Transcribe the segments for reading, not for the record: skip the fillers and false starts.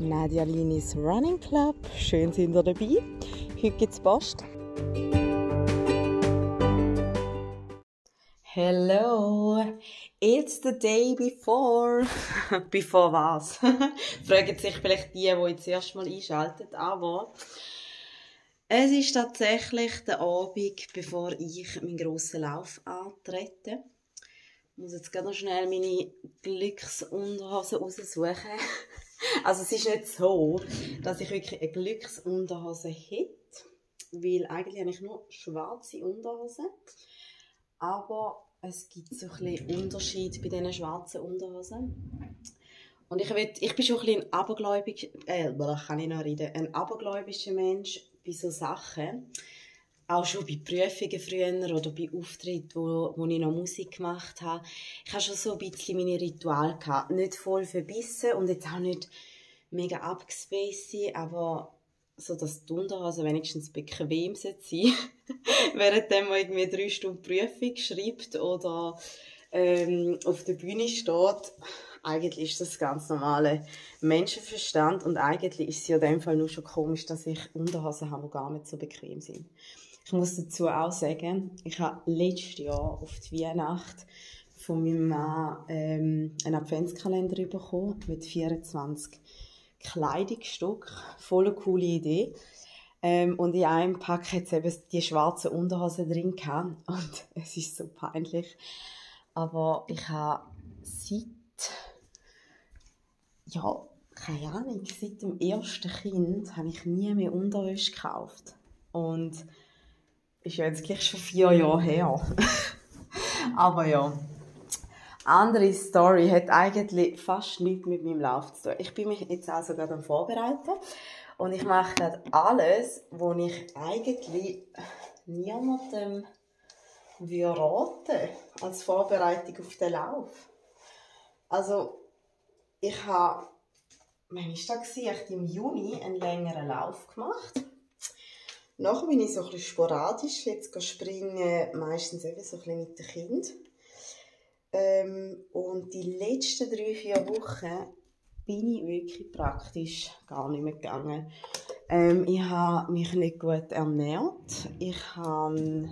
Nadia Linis Running Club. Schön sind ihr dabei. Heute gibt es Post. Hello, it's the day before. Bevor was? Fragen sich vielleicht die jetzt erstmal einschalten, aber es ist tatsächlich der Abend, bevor ich meinen grossen Lauf antrete. Ich muss jetzt gerade noch schnell meine Glücksunterhose raussuchen. Also es ist nicht so, dass ich wirklich eine Glücksunterhose hätte, weil eigentlich habe ich nur schwarze Unterhosen. Aber es gibt so ein bisschen Unterschied bei diesen schwarzen Unterhosen. Und ich bin schon ein bisschen ein abergläubischer Mensch bei so Sachen. Auch schon bei Prüfungen früher oder bei Auftritten, wo ich noch Musik gemacht habe. Ich hatte schon so ein bisschen meine Rituale gehabt. Nicht voll verbissen und jetzt auch nicht mega abgespaced, aber so, dass die Unterhose wenigstens bequem sein sollte. Während man irgendwie 3 Stunden Prüfung schreibt oder auf der Bühne steht. Eigentlich ist das ganz normale Menschenverstand und eigentlich ist es ja in dem Fall nur schon komisch, dass ich Unterhosen habe, die gar nicht so bequem sind. Ich muss dazu auch sagen, ich habe letztes Jahr auf die Weihnacht von meinem Mann einen Adventskalender bekommen mit 24 Kleidungsstücken. Voll eine coole Idee. Und in einem Pack hat es eben die schwarzen Unterhosen drin gehabt. Und es ist so peinlich. Aber ich habe seit dem ersten Kind habe ich nie mehr Unterwäsche gekauft. Und ist ja jetzt gleich schon 4 Jahre her. Aber ja. Andere Story hat eigentlich fast nichts mit meinem Lauf zu tun. Ich bin mich jetzt also gerade am Vorbereiten. Und ich mache gerade alles, was ich eigentlich niemandem raten als Vorbereitung auf den Lauf. Also, ich habe, wann war das? Echt im Juni einen längeren Lauf gemacht. Nachher bin ich so ein bisschen sporadisch jetzt springen, meistens eben so ein bisschen mit den Kindern. Und die letzten 3-4 Wochen bin ich wirklich praktisch gar nicht mehr gegangen. Ich habe mich nicht gut ernährt. Ich habe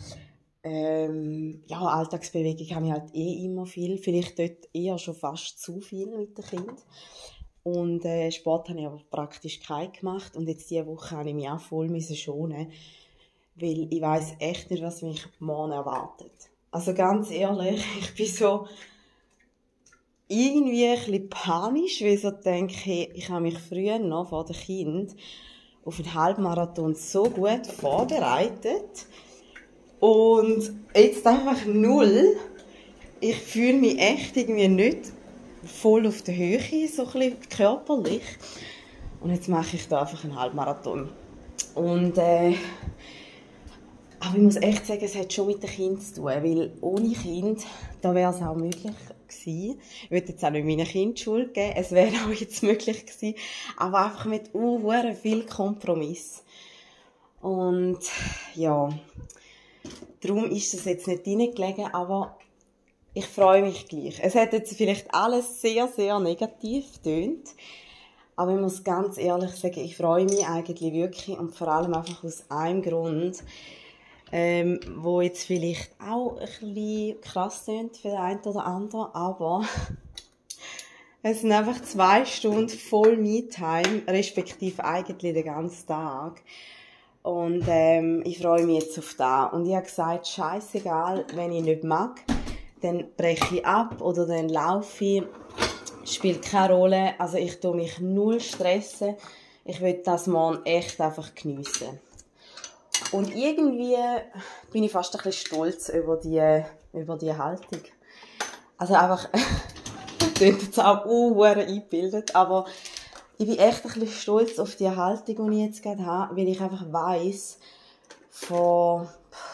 Alltagsbewegung habe ich halt immer viel. Vielleicht dort eher schon fast zu viel mit den Kindern. Und Sport habe ich aber praktisch keinen gemacht. Und jetzt diese Woche habe ich mich auch voll schonen, weil ich weiss echt nicht, was mich morgen erwartet. Also ganz ehrlich, ich bin so irgendwie ein bisschen panisch, weil ich so denke, ich habe mich früher noch vor dem Kind auf einen Halbmarathon so gut vorbereitet. Und jetzt einfach null. Ich fühle mich echt irgendwie nicht voll auf der Höhe, so ein bisschen körperlich. Und jetzt mache ich da einfach einen Halbmarathon. Und aber ich muss echt sagen, es hat schon mit den Kindern zu tun, weil ohne Kind, da wäre es auch möglich gewesen. Ich würde jetzt auch nicht meinen Kindern Schuld geben, es wäre auch jetzt möglich gewesen, aber einfach mit viel Kompromiss. Und ja, darum ist das jetzt nicht reingelegen, aber ich freue mich gleich. Es hat jetzt vielleicht alles sehr, sehr negativ getönt, aber ich muss ganz ehrlich sagen, ich freue mich eigentlich wirklich und vor allem einfach aus einem Grund, wo jetzt vielleicht auch ein bisschen krass tönt für den einen oder anderen, aber es sind einfach 2 Stunden voll Me-Time, respektive eigentlich den ganzen Tag. Und ich freue mich jetzt auf das. Und ich habe gesagt, scheissegal, wenn ich nicht mag, dann breche ich ab oder dann laufe ich. Spielt keine Rolle. Also ich tue mich null stressen. Ich will das morgen echt einfach geniessen. Und irgendwie bin ich fast ein bisschen stolz über die Haltung. Also einfach, das klingt jetzt auch eingebildet, aber ich bin echt ein bisschen stolz auf die Haltung, die ich jetzt gerade habe, weil ich einfach weiss, vor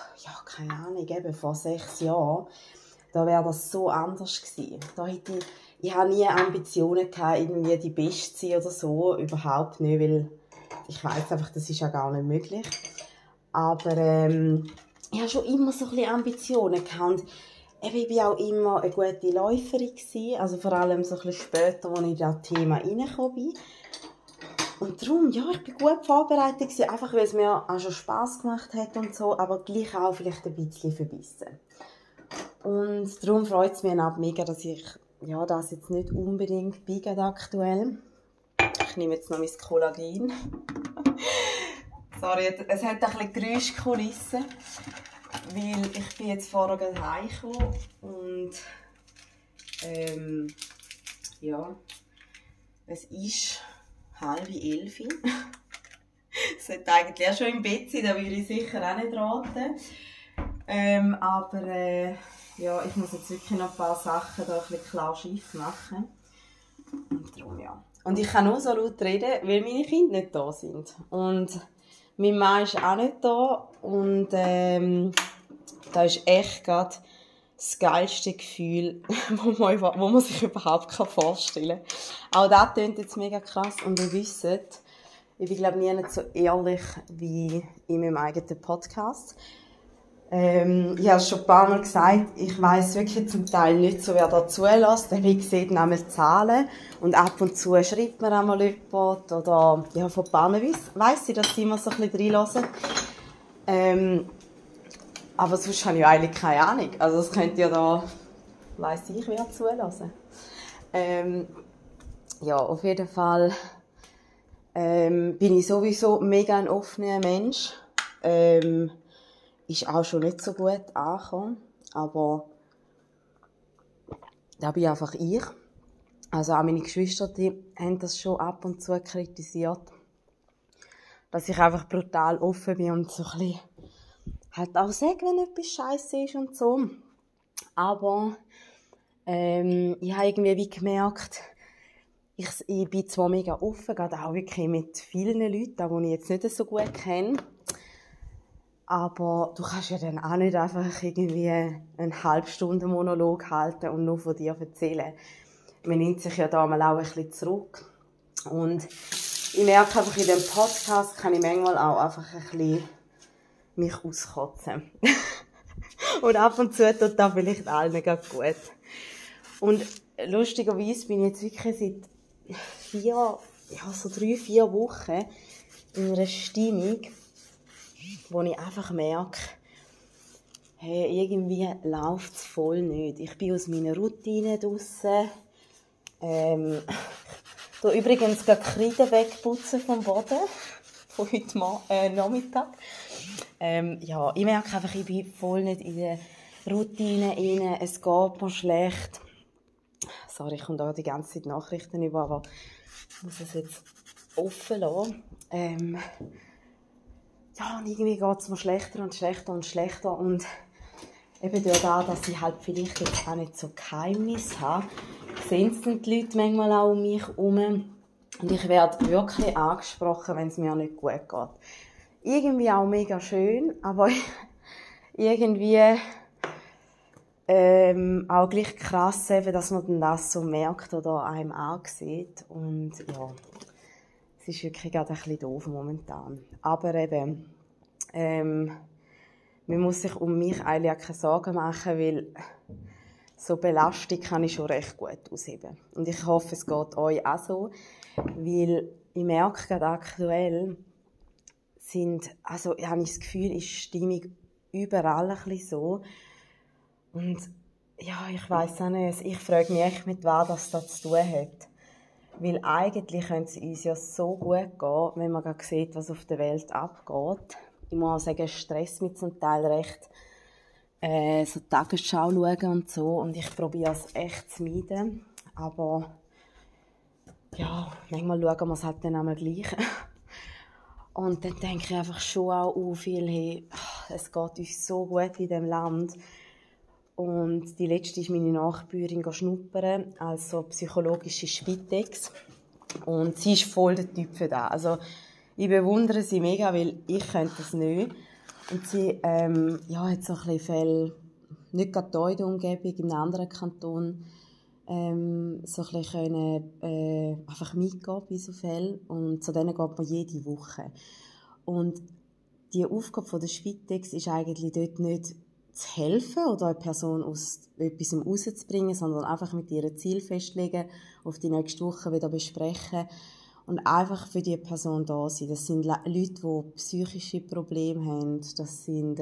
6 Jahren, da wäre das so anders gewesen. Ich hatte nie Ambitionen gehabt, irgendwie die Beste zu sein oder so, überhaupt nicht, weil ich weiss einfach, das ist ja gar nicht möglich. Aber ich hatte schon immer so ein bisschen Ambitionen gehabt. Ich war auch immer eine gute Läuferin gewesen, also vor allem so ein bisschen später, als ich in das Thema reingekommen bin. Und darum, ja, ich bin gut vorbereitet gewesen, einfach weil es mir auch schon Spass gemacht hat und so, aber gleich auch vielleicht ein bisschen verbissen. Und darum freut es mich auch mega, dass ich das jetzt nicht unbedingt bin aktuell. Ich nehme jetzt noch mein Kollagen. Sorry, es hat ein bisschen Geräuschkulisse, weil ich bin jetzt vorher gerade heimgekommen und es ist 10:30. Ich sollte eigentlich auch schon im Bett sein, da würde ich sicher auch nicht raten. Ich muss jetzt wirklich noch ein paar Sachen da ein bisschen klar Schiff machen. Und darum, ja. Und ich kann nur so laut reden, weil meine Kinder nicht da sind. Und mein Mann ist auch nicht da. Und da ist echt gerade das geilste Gefühl, wo man sich überhaupt vorstellen kann. Auch das klingt jetzt mega krass. Und ihr wisst, ich bin, glaube ich, nicht so ehrlich wie in meinem eigenen Podcast. Ich habe es schon ein paar Mal gesagt, ich weiss wirklich zum Teil nicht so, wer da zulässt. Wie sieht nämlich Zahlen. Und ab und zu schreibt mir einmal jemand. Oder, ja, von Pannen weiss ich, dass sie immer so ein bisschen reinhören. Aber sonst habe ich eigentlich keine Ahnung. Also, es könnte ja da, weiss ich, wer zulassen. Auf jeden Fall, bin ich sowieso mega ein offener Mensch. Ist auch schon nicht so gut angekommen, aber da bin einfach ich. Also auch meine Geschwister, die haben das schon ab und zu kritisiert, dass ich einfach brutal offen bin und so ein bisschen halt auch sage, wenn etwas scheiße ist und so. Aber ich habe irgendwie wie gemerkt, ich bin zwar mega offen, gerade auch wirklich mit vielen Leuten, die ich jetzt nicht so gut kenne. Aber du kannst ja dann auch nicht einfach irgendwie einen halbstunden Monolog halten und nur von dir erzählen. Man nimmt sich ja da mal auch ein bisschen zurück. Und ich merke einfach, in dem Podcast kann ich manchmal auch einfach ein bisschen mich auskotzen. Und ab und zu tut das vielleicht allen mega gut. Und lustigerweise bin ich jetzt wirklich seit 3-4 Wochen in einer Stimmung, wo ich einfach merke, hey, irgendwie läuft es voll nicht. Ich bin aus meiner Routine draussen. Da übrigens gerade Kreide wegputzen vom Boden. Von heute Nachmittag. Ich merke einfach, ich bin voll nicht in der Routine rein. Es geht mir schlecht. Sorry, ich komme da die ganze Zeit Nachrichten über, aber ich muss es jetzt offen lassen. Und irgendwie geht es mir schlechter und schlechter und schlechter. Und eben durch das, dass ich halt vielleicht jetzt auch nicht so Geheimnis habe, sehen es die Leute manchmal auch um mich herum. Und ich werde wirklich angesprochen, wenn es mir nicht gut geht. Irgendwie auch mega schön, aber irgendwie auch gleich krass, eben, dass man dann das so merkt oder einem ansieht. Und ja, es ist wirklich gerade ein bisschen doof momentan. Aber eben, man muss sich um mich eigentlich auch keine Sorgen machen, weil so Belastung kann ich schon recht gut ausheben. Und ich hoffe, es geht euch auch so, weil ich merke gerade aktuell, ich habe das Gefühl, ist die Stimmung überall ein bisschen so. Und ja, ich weiss auch nicht, ich frage mich echt, mit was das zu tun hat. Weil eigentlich könnte es uns ja so gut gehen, wenn man gerade sieht, was auf der Welt abgeht. Ich muss auch sagen, Stress mit zum Teil recht so Tagesschau schauen und so. Und ich probiere es echt zu meiden. Aber ja, manchmal schauen wir es halt dann einmal gleich. Und dann denke ich einfach schon auch viel, hey, es geht uns so gut in diesem Land. Und die letzte ist meine Nachbarin schnuppern, also psychologische Spitex. Und sie ist voll der Typ für das. Also, ich bewundere sie mega, weil ich könnte das nicht. Und sie hat so ein bisschen Fälle, nicht gerade hier in der Umgebung, in einem anderen Kanton, so ein bisschen einfach mitgehen bei so Fällen. Und zu denen geht man jede Woche. Und die Aufgabe von der Spitex ist eigentlich dort nicht zu helfen oder eine Person aus etwas rauszubringen, sondern einfach mit ihr Ziel festlegen, auf die nächste Woche wieder besprechen und einfach für die Person da sein. Das sind Leute, die psychische Probleme haben, das sind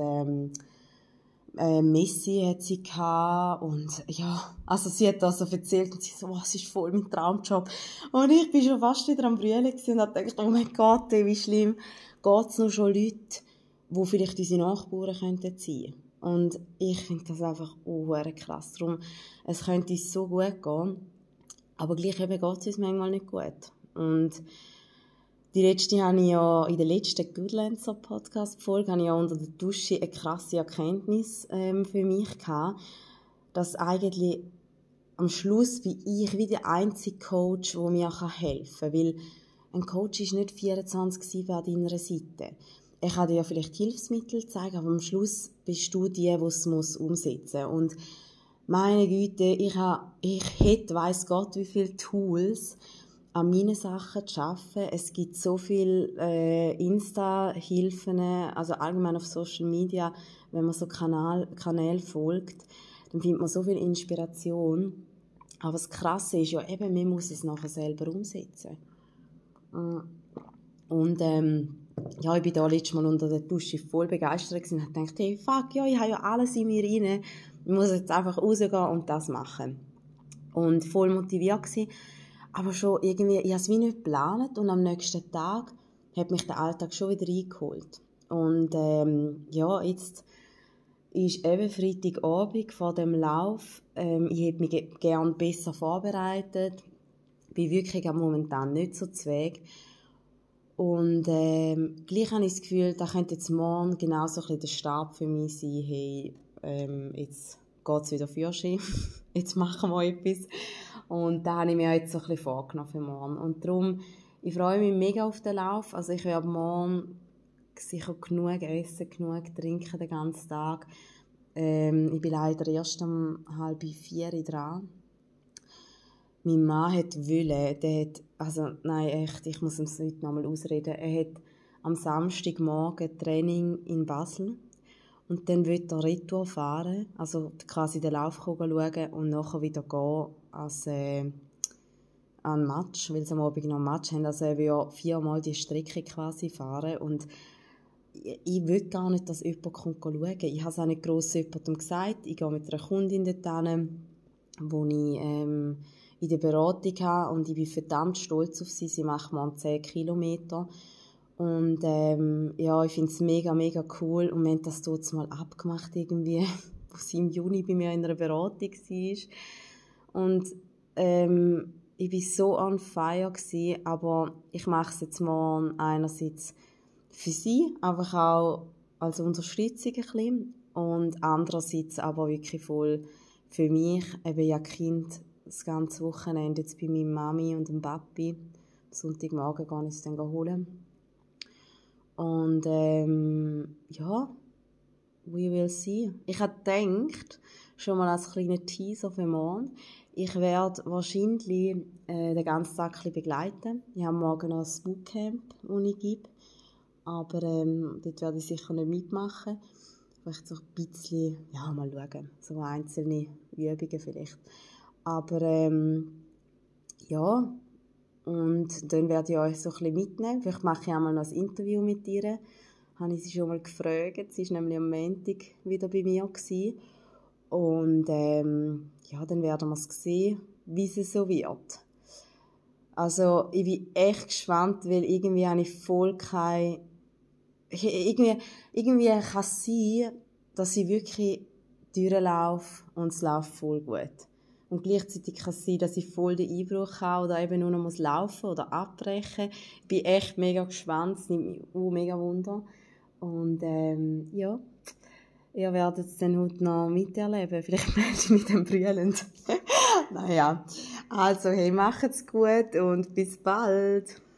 Messi hat sie gehabt und ja, also sie hat das so erzählt und sie so, was ist voll mein Traumjob. Und ich bin schon fast wieder am Brüllen und habe gedacht, oh mein Gott, wie schlimm geht's noch schon Leute, die vielleicht unsere Nachbarn könnten sein. Und ich finde das einfach krass. Darum, es könnte uns so gut gehen, aber gleich eben geht es uns manchmal nicht gut. Und die letzte habe ich ja, in der letzten Goodlancer Podcast-Folge, habe ich ja unter der Dusche eine krasse Erkenntnis für mich gehabt, dass eigentlich am Schluss bin ich wie der einzige Coach, der mir helfen kann. Weil ein Coach ist nicht 24/7 an deiner Seite. Er kann dir ja vielleicht Hilfsmittel zeigen, aber am Schluss bist du die es umsetzen muss. Und meine Güte, ich hätte, weiss Gott, wie viele Tools an meinen Sachen zu arbeiten. Es gibt so viele Insta-Hilfen, also allgemein auf Social Media, wenn man so Kanälen folgt, dann findet man so viel Inspiration. Aber das Krasse ist ja eben, man muss es nachher selber umsetzen. Und ja, ich bin da letztes Mal unter der Dusche voll begeistert und habe gedacht, hey, fuck, ja, ich habe ja alles in mir rein, ich muss jetzt einfach rausgehen und das machen. Und voll motiviert gewesen. Aber schon irgendwie, ich habe es wie nicht geplant und am nächsten Tag hat mich der Alltag schon wieder eingeholt. Und ja, jetzt ist eben Freitagabend vor dem Lauf. Ich hätte mich gerne besser vorbereitet. Bin wirklich momentan nicht so zweg. Und gleich habe ich das Gefühl, da könnte jetzt morgen genauso ein bisschen der Start für mich sein, hey, jetzt geht es wieder für Ski, jetzt machen wir etwas. Und da habe ich mir jetzt so ein bisschen vorgenommen für morgen. Und darum, ich freue mich mega auf den Lauf. Also ich werde morgen sicher genug essen, genug trinken den ganzen Tag. Ich bin leider erst um 3:30 dran. Mein Mann ich muss ihm heute noch mal ausreden. Er hat am Samstagmorgen Training in Basel. Und dann will er Retour fahren, also quasi den Lauf schauen und nachher wieder gehen an Match, weil sie am Abend noch einen Match haben. Also er will 4-mal die Strecke quasi fahren und ich will gar nicht, dass jemand schauen. Ich habe es auch nicht gross jemandem gesagt. Ich gehe mit einer Kundin dorthin, wo ich in der Beratung habe und ich bin verdammt stolz auf sie. Sie macht mal 10 Kilometer. Und ja, ich finde es mega, mega cool. Und wir haben das dort mal abgemacht, irgendwie, wo sie im Juni bei mir in einer Beratung war. Und ich war so on fire gewesen, aber ich mache es jetzt mal einerseits für sie, einfach auch als Unterstützung ein bisschen. Und andererseits aber wirklich voll für mich. Eben ja Kind das ganze Wochenende jetzt bei meiner Mami und dem Papi. Am Sonntagmorgen gehe ich es dann holen. Und ja, we will see. Ich habe gedacht, schon mal als kleiner Teaser für morgen, ich werde wahrscheinlich den ganzen Tag ein bisschen begleiten. Ich habe morgen noch ein Bootcamp, das ich gebe. Aber dort werde ich sicher nicht mitmachen. Vielleicht so ein bisschen, ja, mal schauen. So einzelne Übungen vielleicht. Aber ja, und dann werde ich euch so ein bisschen mitnehmen. Vielleicht mache ich auch mal noch ein Interview mit ihr. Habe ich sie schon mal gefragt. Sie war nämlich am Montag wieder bei mir gewesen. Und ja, dann werden wir es sehen, wie es so wird. Also ich bin echt gespannt, weil irgendwie habe ich voll keine... Irgendwie kann es sein, dass ich wirklich durchlaufe und es läuft voll gut. Und gleichzeitig kann es sein, dass ich voll den Einbruch habe oder eben nur noch laufen oder abbrechen. Ich bin echt mega gespannt, es nimmt mich mega Wunder. Und ja, ihr werdet es dann heute noch miterleben. Vielleicht melde ich mich dann brüllend. Naja, also hey, macht's gut und bis bald.